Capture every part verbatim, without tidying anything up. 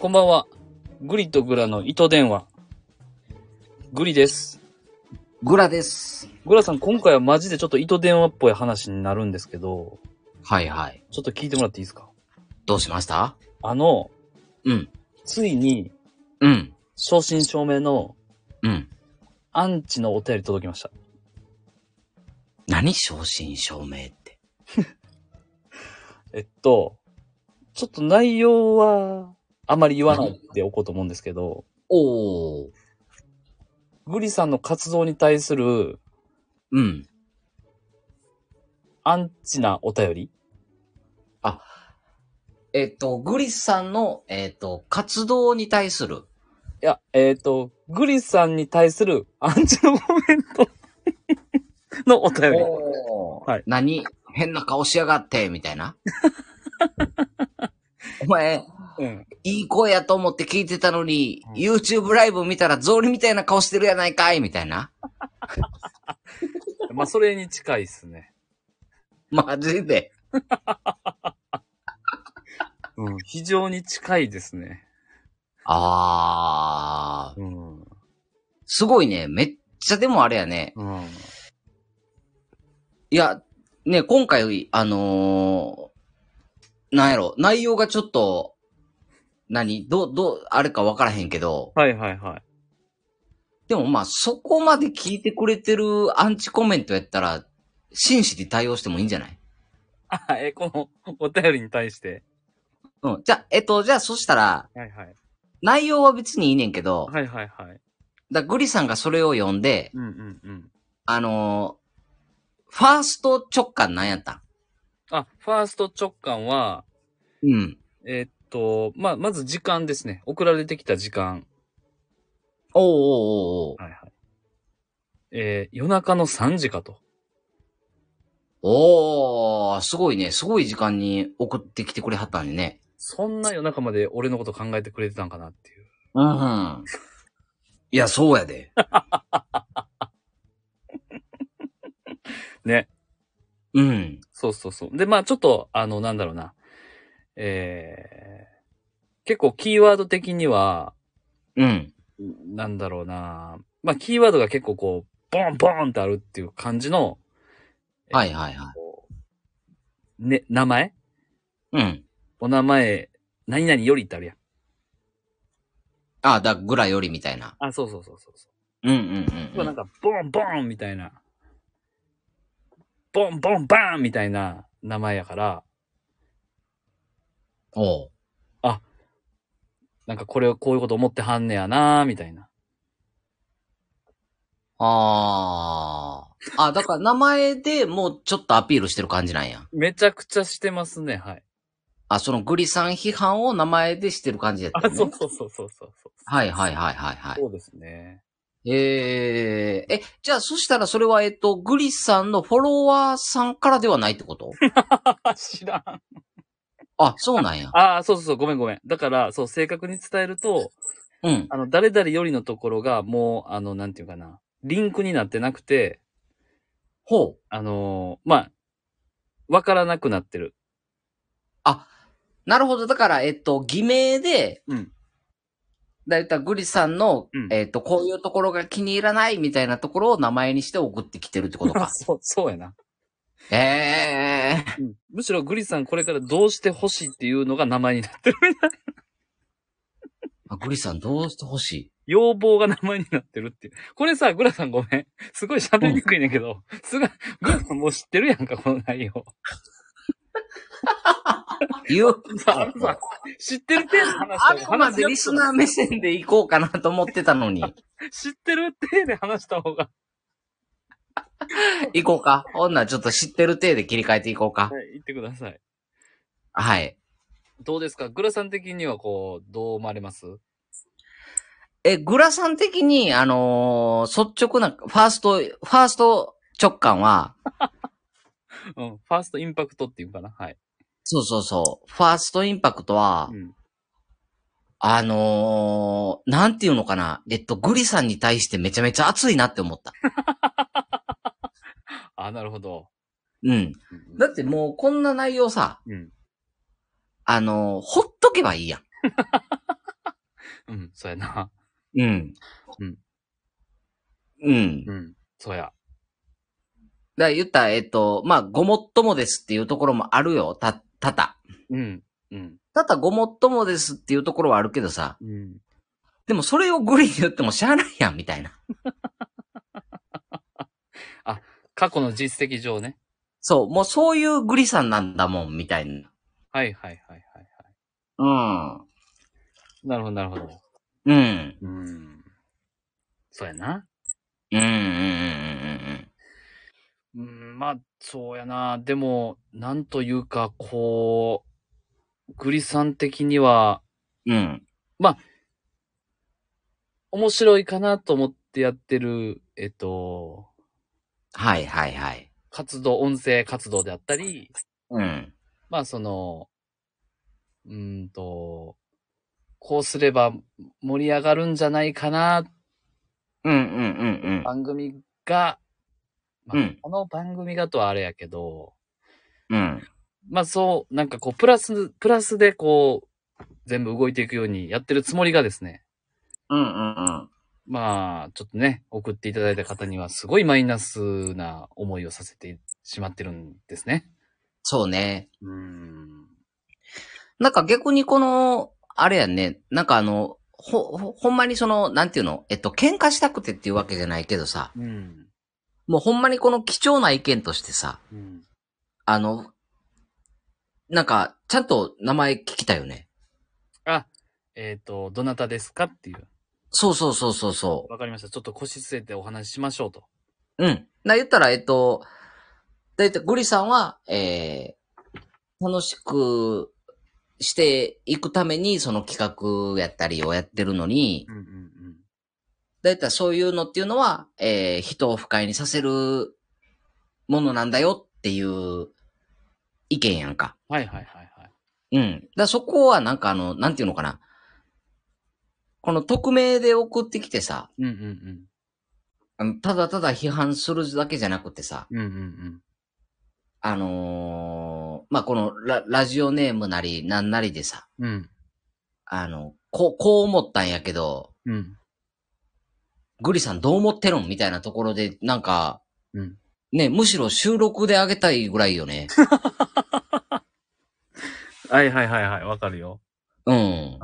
こんばんは。グリとグラの糸電話。グリです。 グラです。 グラさん、今回はマジでちょっと糸電話っぽい話になるんですけど。 はいはい。 ちょっと聞いてもらっていいですか？ どうしました？ あの、 うん。 ついに、 うん。 正真正銘の、 うん。 アンチのお便り届きました。 何正真正銘って。 えっと、ちょっと内容は、あまり言わないでおこうと思うんですけど、 おー。 グリさんの活動に対する、 うん。 アンチなお便り？ あ、えっと、グリさんの、えっと、活動に対する。 いや、えっと、グリさんに対するアンチのコメントのお便り。 おー。 はい。 何変な顔しやがって、みたいな。お前、 うん。 いい声やと思って聞いてたのに、 うん、 YouTube ライブ見たらゾウリみたいな顔してるやないかい、みたいな。 まあ、それに近いっすね。 マジで。 うん。非常に近いですね。 あー。 うん。 すごいね。めっちゃでもあれやね。 うん。 いや、ね、今回、あのー、なんやろ、内容がちょっと、何どう、どう、あれかわからへんけど、 はいはいはい。 でもまあ、そこまで聞いてくれてるアンチコメントやったら、真摯に対応してもいいんじゃない？ あ、え、このお便りに対して。 うん。じゃあ、えっと、じゃあそしたら、 はいはい。 内容は別にいいねんけど、 はいはいはい。 だグリさんがそれを読んで、 うんうんうん。 あのー、ファースト直感なんやったん？ あ、ファースト直感は、 うん。 えーっと、まあ、まず時間ですね。送られてきた時間。 おーおーおーおー。 はいはい。えー、夜中のさんじかと。 おー、すごいね。すごい時間に送ってきてくれはったんでね。 そんな夜中まで俺のこと考えてくれてたんかなっていう。 うん。いや、そうやで。 ね。 うん。 そうそうそう。で、まあちょっと、あの、なんだろうな。えー、結構キーワード的には、 うん。 なんだろうな。まあキーワードが結構こう、ボンボンってあるっていう感じの、えはいはいはい。 こうね、名前うん。 お名前、何々よりってあるやん。 ああ、だ、ぐらよりみたいな。 あ、そうそうそうそうそうんうんうんう。 うん。 なんか、ボンボンみたいな、ボンボンバーンみたいな名前やから、 おう。 あ、なんかこれをこういうこと思ってはんねやなーみたいな。 ああ。あ、だから名前でもうちょっとアピールしてる感じなんや。 めちゃくちゃしてますね、はい。 あ、そのグリさん批判を名前でしてる感じやったあ、 よね。 そうそうそうそうそうそう。 はいはいはいはいはい。 そうですね。 えー、え、じゃあそしたらそれはえっと、グリさんのフォロワーさんからではないってこと？ 知らん。 あ、そうなんや。 ああ、そうそうそう、ごめんごめん。だから、そう、正確に伝えると、 うん。 あの、誰々よりのところが、もう、あの、なんていうかな、リンクになってなくて、 ほう。 あのーまあ、わからなくなってる。 あ、なるほど。だから、えっと、偽名で、 うん。 だいたいグリさんの、 うん。 えっと、こういうところが気に入らないみたいなところを名前にして送ってきてるってことか。 そう、そうやな。 ええー。 うん。むしろグリさんこれからどうしてほしいっていうのが名前になってるみたいな。 あ、グリさんどうしてほしい？ 要望が名前になってるっていう。これさ、グラさんごめん。すごい喋りにくいねんけど、すが、グラさんもう知ってるやんか、この内容。 言う。 さ、あのさ、知ってる程度話した方があくま話しやすくない？ でリスナー目線で行こうかなと思ってたのに。 知ってる程度で話した方が。 行こうか。ほんならちょっと知ってる体で切り替えていこうか。 はい、言ってください。 はい。 どうですかグラさん的にはこう、どう思われます？ え、グラさん的に、あのー率直な、ファースト、ファースト直感は、 うん。ファーストインパクトっていうかなはい。 そうそうそう、ファーストインパクトは、 うん。 あのー、なんていうのかな。えっと、グリさんに対してめちゃめちゃ熱いなって思った。 あ、なるほど。 うん。 うんだってもうこんな内容さ、 うん。 あのー、ほっとけばいいやん。 そうやな。 うん。 うん。 うん。 うん。そうや。 だから言ったら、えっと、まあ、ごもっともですっていうところもあるよ。た、たた。 うん。うん。 ただごもっともですっていうところはあるけどさ。 うん。 でもそれをグリに言ってもしゃあないやん、みたいな。 あ、過去の実績上ね。 そう、もうそういうグリさんなんだもん、みたいな。 はいはいはいはいはい。 うん。 なるほどなるほど。 うん。 うん。そうやな。 うん、うん、うん、うんうん、まあ、そうやな。でも、なんというか、こう、グリさん的には、 うん。うん。 まあ、面白いかなと思ってやってる、えっと、 はいはいはい。 活動、音声活動であったり、 うん。 まあ、その、うーんと、こうすれば盛り上がるんじゃないかな、 うん、うん、うん、うん。 番組が、まあ、 うん。 この番組がとはあれやけど、 うん。 まあそう、なんかこう、プラス、プラスでこう、全部動いていくようにやってるつもりがですね、 うん、うん、うん。 まあ、ちょっとね、送っていただいた方にはすごいマイナスな思いをさせてしまってるんですね。 そうね。 うーん。 なんか逆にこの、あれやね、なんかあの、ほ、ほ、ほんまにその、なんていうの、えっと、喧嘩したくてっていうわけじゃないけどさ、 うん。 もうほんまにこの貴重な意見としてさ、 うん。 あの、なんか、ちゃんと名前聞きたいよね。 あ、えっと、どなたですかっていう。 そうそうそうそうそわかりました。ちょっと腰据えてお話ししましょうと。 う。うん。な、言ったら、えっと、だいたいグリさんは、えー、楽しくしていくために、その企画やったりをやってるのに、 うんうんうん。 だいたいそういうのっていうのは、えー、人を不快にさせるものなんだよっていう意見やんか。 はいはいはいはい。 うん。だからそこはなんかあの、なんていうのかな。この匿名で送ってきてさ、 うんうんあのただただ批判するだけじゃなくてさ、 うん。うんうんうん。 あのーまあ、このララジオネームなりなんなりでさ、 うん。 あの、こう、こう思ったんやけど、 うん。 グリさんどう思ってるんみたいなところで、なんか、 うん。 ね、むしろ収録であげたいぐらいよね。 はいはいはいはい。わかるよ。 うん。 うん。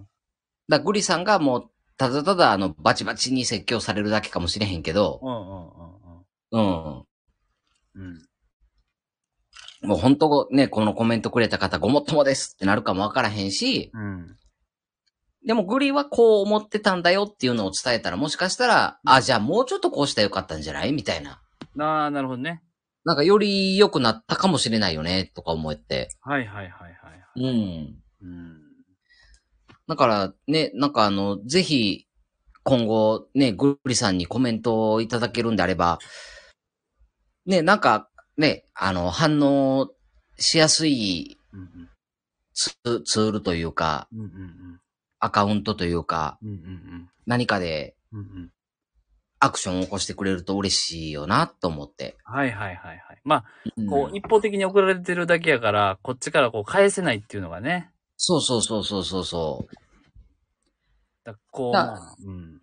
だグリさんがもう、ただただあの、バチバチに説教されるだけかもしれへんけど、 うんうんうんうん。 うん。うん。 もう本当ね、このコメントくれた方ごもっともですってなるかもわからへんし、 うん。 でもグリはこう思ってたんだよっていうのを伝えたら、もしかしたら、あ、じゃあもうちょっとこうしたらよかったんじゃないみたいな。 ああ、なるほどね。 なんかより良くなったかもしれないよね、とか思って。 はいはいはいはい。 うん。 うん。 だからね、なんかあの、ぜひ、今後ね、グリさんにコメントをいただけるんであれば、ね、なんかね、あの、反応しやすいうんうん。 ツツールというか、 うんうんうん。 アカウントというか、 うんうんうん。 何かでうんうん。 アクションを起こしてくれると嬉しいよな、と思って。 はいはいはいはい。まあ、 うん。 こう、一方的に送られてるだけやから、こっちからこう返せないっていうのがね。 そうそうそうそうそうそう。 だこう、まだ、 あ、うん。 うん。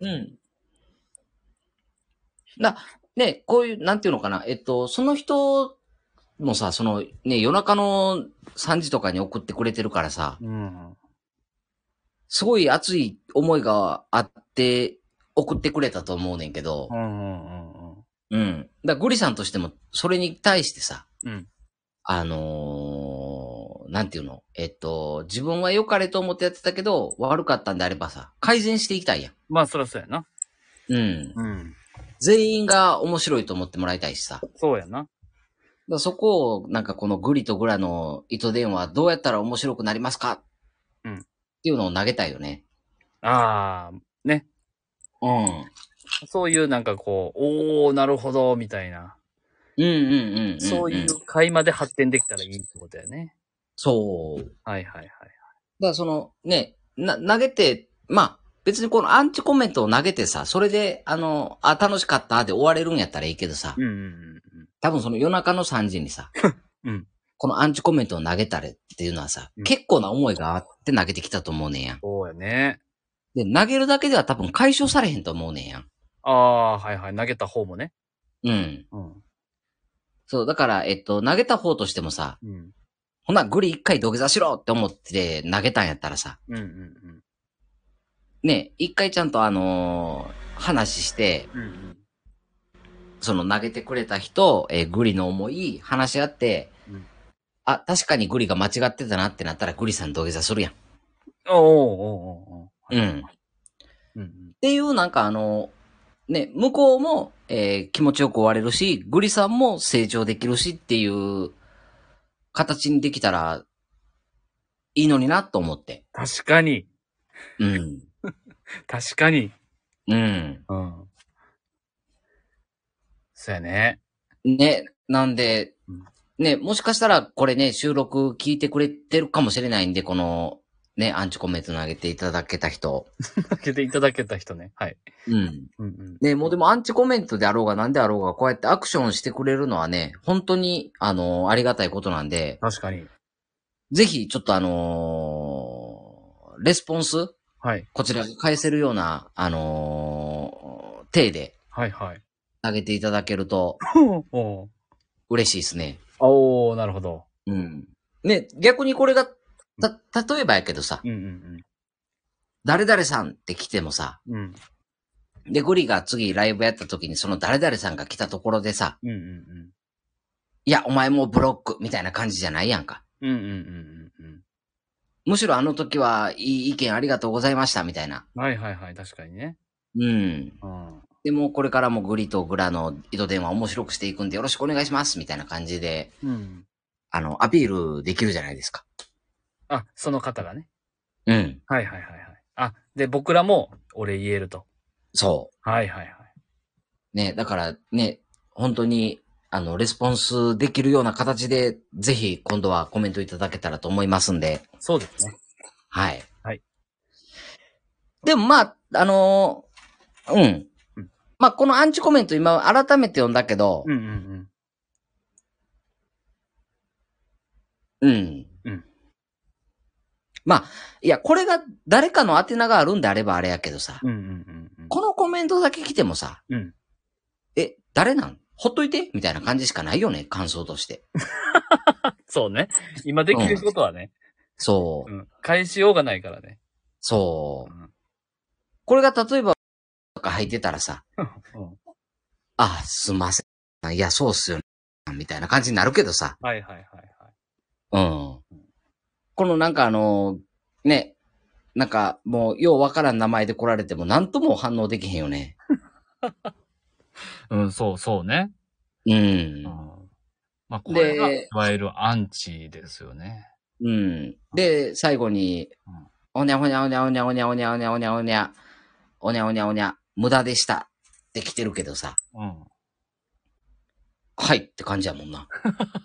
だ、ね、こういう、なんていうのかな、えっと、その人もさ、その、ね、夜中のさんじとかに送ってくれてるからさ、 うん。 すごい熱い思いがあって送ってくれたと思うねんけど、 うんうんうんうん。 うん。だからグリさんとしても、それに対してさ、 うん。 あのー、なんていうのえっと、自分は良かれと思ってやってたけど、悪かったんであればさ、改善していきたいやん。 まあ、そらそうやな。 うん。 うん。 全員が面白いと思ってもらいたいしさ。だかそうやな。 らそこを、なんかこのグリとグラの糸電話、どうやったら面白くなりますかっうん。 ていうのを投げたいよね。 ああ、ね。 うん。 そういうなんかこう、おー、なるほど、みたいな。 うんうんうんうん、 そういうん。 う会まで発展できたらいいってことやね。 そう。 はいはいはい。 だからそのね、な、投げて、まあ、別にこのアンチコメントを投げてさ、それで、あの、あ、楽しかったで終われるんやったらいいけどさ、 うんうん多分その夜中のさんじにさ、 うん。うん。 このアンチコメントを投げたれっていうのはさ、 うん結構な思いがあって投げてきたと思うねんや。 そうやね。 で、投げるだけでは多分解消されへんと思うねんやん。 ああ、はいはい。投げた方もね。 うん。 うん。 そう、だから、えっと、投げた方としてもさ、 うん。 ほな、グリ一回土下座しろって思って投げたんやったらさ、 うんうんね、一回ちゃんとあのー話して、 うん。うんうん。 その投げてくれた人、えーグリの思い、話し合って、 うん。 あ、確かにグリが間違ってたなってなったらグリさん土下座するやん。 おーおーおーおー。はい。 うん。っうんうん。 ていうなんかあの、ね、向こうも、えー気持ちよく終われるし、グリさんも成長できるしっていう形にできたらいいのになと思って。 確かに。 うん。 確かに。 うん。 うん。そうやね。 ね、なんで、 うん。 ね、もしかしたらこれね、収録聞いてくれてるかもしれないんで、この、ね、アンチコメント投げていただけた人。 開けていただけた人ね。はい。 うん。 うんうん。 ね、もうでもアンチコメントであろうが何であろうが、こうやってアクションしてくれるのはね、本当に、あの、ありがたいことなんで、 確かに。 ぜひ、ちょっとあのーレスポンスはい。 こちらが返せるような、あのー、体ではいはい。 投げていただけるとおー。 嬉しいですね。 おー、なるほど。 うん。ね、逆にこれが、た、例えばやけどさ、 うんうん誰々さんって来てもさ、 うん。うん。 で、グリが次ライブやった時にその誰々さんが来たところでさ、 うんうんいや、お前もうブロックみたいな感じじゃないやんか。 うん。うんうんうんうんむしろあの時はいい意見ありがとうございましたみたいな。 うん。はいはいはい。確かにね。 うん。 うん。 でもこれからもグリとグラの糸電話面白くしていくんでよろしくお願いしますみたいな感じで、 うん。 あの、アピールできるじゃないですか。 あ、その方がね。 うん。 はいはいはいはい。あ、で、僕らも、俺言えると。 そはいはいはい。 う。ね、だからね、本当に、あの、レスポンスできるような形で、ぜひ今度はコメントいただけたらと思いますんで。 そうですね。 はい。 はい。 でもまあ、あのーうん。 うん。 まあ、このアンチコメント今改めて読んだけど、 うんうんうん。 うん。うん。 まあ、いや、これが誰かの宛名があるんであればあれやけどさ、 うんうんうんうん。 このコメントだけ来てもさ、 うん。 え、誰なんほっといてみたいな感じしかないよね、感想として。 そうね。今できることはね。 そう。 うん。返しようがないからね。 そう。 うん。 これが例えば、とか入ってたらさ、 うんあ、すんません。いや、そうっすよね。みたいな感じになるけどさ。 はいはいはいはい。 うん。このなんかあの、ね、なんかもうようわからん名前で来られても何とも反応できへんよね。 うん、そうそうね。 う。 うんん。まあ、これが、いで、 わゆるアンチですよね。 うん。で、最後に、 うんおにゃおにゃおにゃおにゃおにゃおにゃおにゃおにゃおにゃ、おにゃおにゃおにゃ、無駄でしたって来てるけどさ、 うん。 はいって感じやもんな。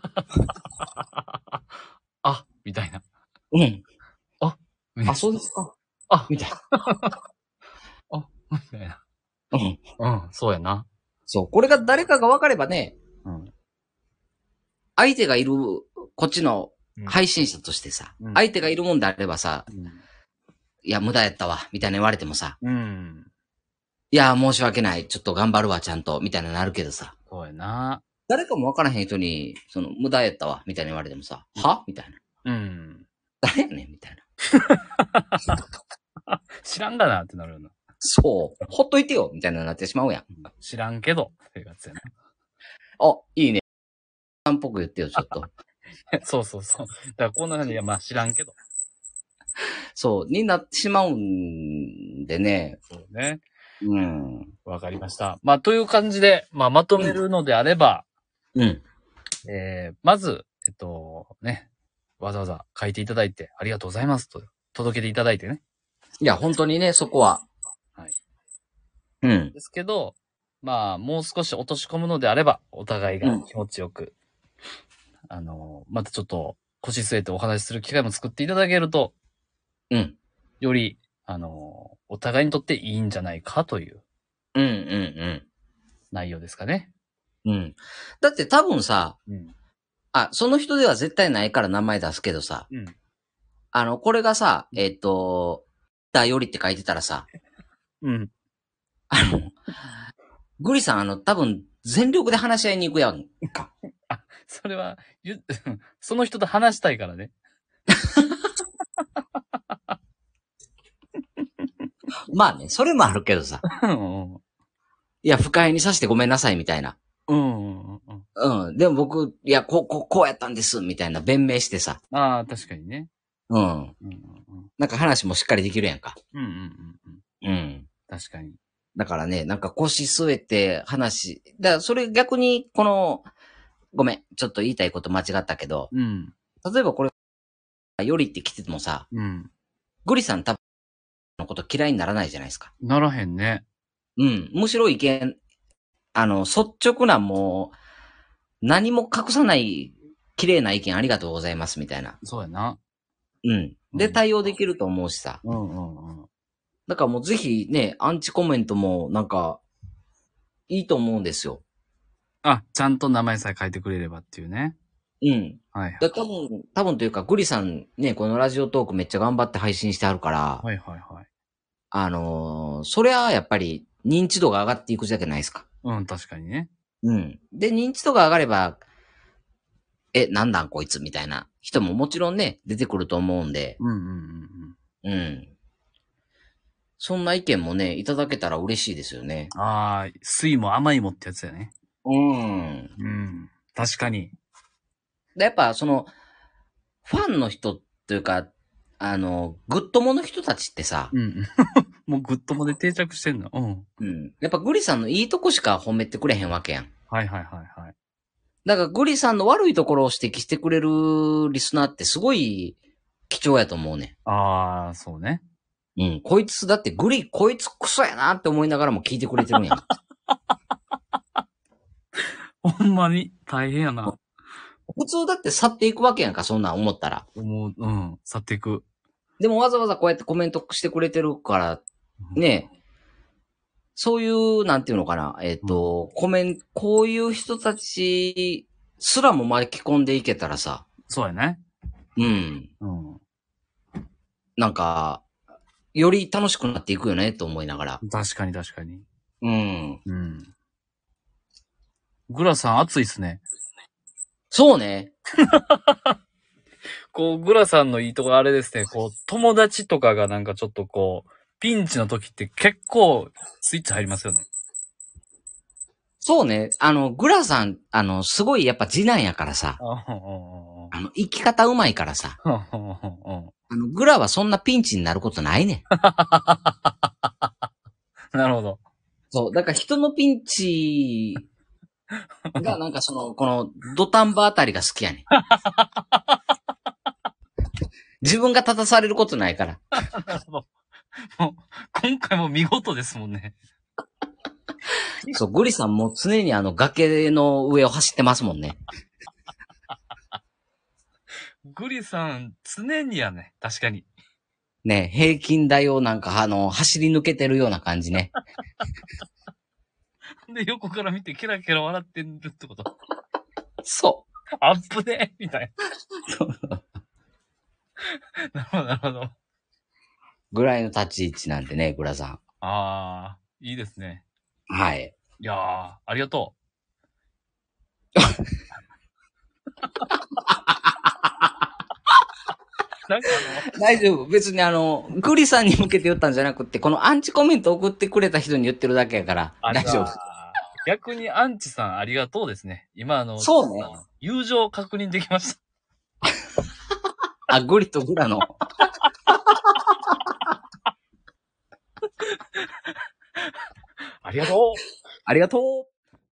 あ、みたいな。 うん。 あ、みたいあ、 な。 そうですか。 あ、 みたいな。 あ、みたいな。 うん。 うん、そうやな。 そう。これが誰かが分かればね、 うん。 相手がいる、こっちのうん。 配信者としてさ、 うん相手がいるもんであればさ、 うん。 いや、無駄やったわ、みたいな言われてもさ、 うん。 いや、申し訳ない、ちょっと頑張るわ、ちゃんと、みたいななるけどさ、 そうやな。 誰かも分からへん人に、その、無駄やったわ、みたいな言われてもさ、はみたいな。 うん。 誰やねんみたいな。 知らんがなってなるよな。 そう。ほっといてよみたいななってしまうやん。 知らんけど、っていうやつやな。 あ、いいね。さんっぽく言ってよ、ちょっと。 そうそうそう。だからこんな感じで、まあ知らんけど。 そう、になってしまうんでね。 そうね。 うん。 わかりました。まあという感じで、まあまとめるのであれば、 うん。 えー、まず、えっと、ね、わざわざ書いていただいてありがとうございますと、届けていただいてね。 いや、本当にね、そこは。 はい。 うん。 ですけど、まあ、もう少し落とし込むのであれば、お互いが気持ちよく、あの、またちょっと腰据えてお話しする機会も作っていただけると、 うん。 より、あの、お互いにとっていいんじゃないかといううん、うん、 内容ですかね。 うん。うん。だって多分さ、 うん。 あ、その人では絶対ないから名前出すけどさ、 うん。 あの、これがさ、えっと、 ターよりって書いてたらさ、 うん。 あの、グリさん、あの、多分、全力で話し合いに行くやんか。 あ、それは、ゆその人と話したいからね。 まあね、それもあるけどさ。 うんいや、不快にさせてごめんなさい、みたいな。 うんうんうん。 うん。でも僕、いや、こう、こう、こうやったんです、みたいな弁明してさ。 ああ、確かにね。 うん。 うんうんうん。 なんか話もしっかりできるやんか。 うんうんうんうん。 うん。 確かに。 だからね、なんか腰据えて話、だからそれ逆に、この、ごめん、ちょっと言いたいこと間違ったけど、 うん。 例えばこれ、よりって来ててもさ、 うん。 グリさん多分のこと嫌いにならないじゃないですか。 ならへんね。 うん。むしろ意見、あの、率直なもう、何も隠さない綺麗な意見ありがとうございますみたいな。 そうやな。 うん。で、対応できると思うしさ。 うんうんうん。 だからもうぜひね、アンチコメントもなんか、いいと思うんですよ。 あ、ちゃんと名前さえ書いてくれればっていうね。 うん。 はいはい。 だ多分、多分というか、グリさんね、このラジオトークめっちゃ頑張って配信してあるから、 はいはいはい。 あのーそれはやっぱり認知度が上がっていくじゃないですか。 うん、確かにね。 うん。で、認知度が上がれば、え、なんだんこいつみたいな人ももちろんね、出てくると思うんで、 うんうんうんうん。 うん。そんな意見もね、いただけたら嬉しいですよね。 ああ、酸いも甘いもってやつやね。 うん。 うん。確かに。 で、やっぱその、ファンの人というか、あの、グッドモの人たちってさ、 うんうん。もうグッドもで定着してんの。うん。 うん。やっぱグリさんのいいとこしか褒めてくれへんわけやん。 はいはいはいはい。 だからグリさんの悪いところを指摘してくれるリスナーってすごい貴重やと思うね。 ああ、そうね。 うん。こいつ、だってグリ、こいつクソやなって思いながらも聞いてくれてるんやん。 ほんまに大変やな。 普通だって去っていくわけやんか、そんなん思ったら。 思う、うん。去っていく。 でもわざわざこうやってコメントしてくれてるから、ね、そういう、なんていうのかな、えっ、と、コメント、こういう人たちすらも巻き込んでいけたらさ、 そうやね。 うん。 うん。 なんか、より楽しくなっていくよね、と思いながら。 確かに確かに。 うん。 うん。グラさん熱いっすね。 そうね。 こう、グラさんのいいところあれですね。こう、友達とかがなんかちょっとこう、ピンチの時って結構スイッチ入りますよね。 そうね。あの、グラさん、あの、すごいやっぱ次男やからさ、 あほんほんほんあの、生き方うまいからさ、 ほんほんほんほんあの、グラはそんなピンチになることないねん。 なるほど。 そう。だから人のピンチがなんかその、この土壇場あたりが好きやねん。自分が立たされることないから。 なるほど。もう、今回も見事ですもんね。 そう、グリさんも常にあの崖の上を走ってますもんね。 グリさん、常にやね。確かに。 ね、平均台をなんかあの、走り抜けてるような感じね。 で、横から見てケラケラ笑ってるってこと。 そアップでみたいう。 な。なるほど、なるほど。 ぐらいの立ち位置なんでね、グラさん。 ああ、いいですね。 はい。 いやー、ありがとう。なんかあの、 大丈夫。別にあの、グリさんに向けて言ったんじゃなくって、このアンチコメント送ってくれた人に言ってるだけやから、 あ大丈夫。 逆にアンチさんありがとうですね。今あの、 そうね。 友情確認できました。 あ、グリとグラの。 ありがとう。 ありがとう。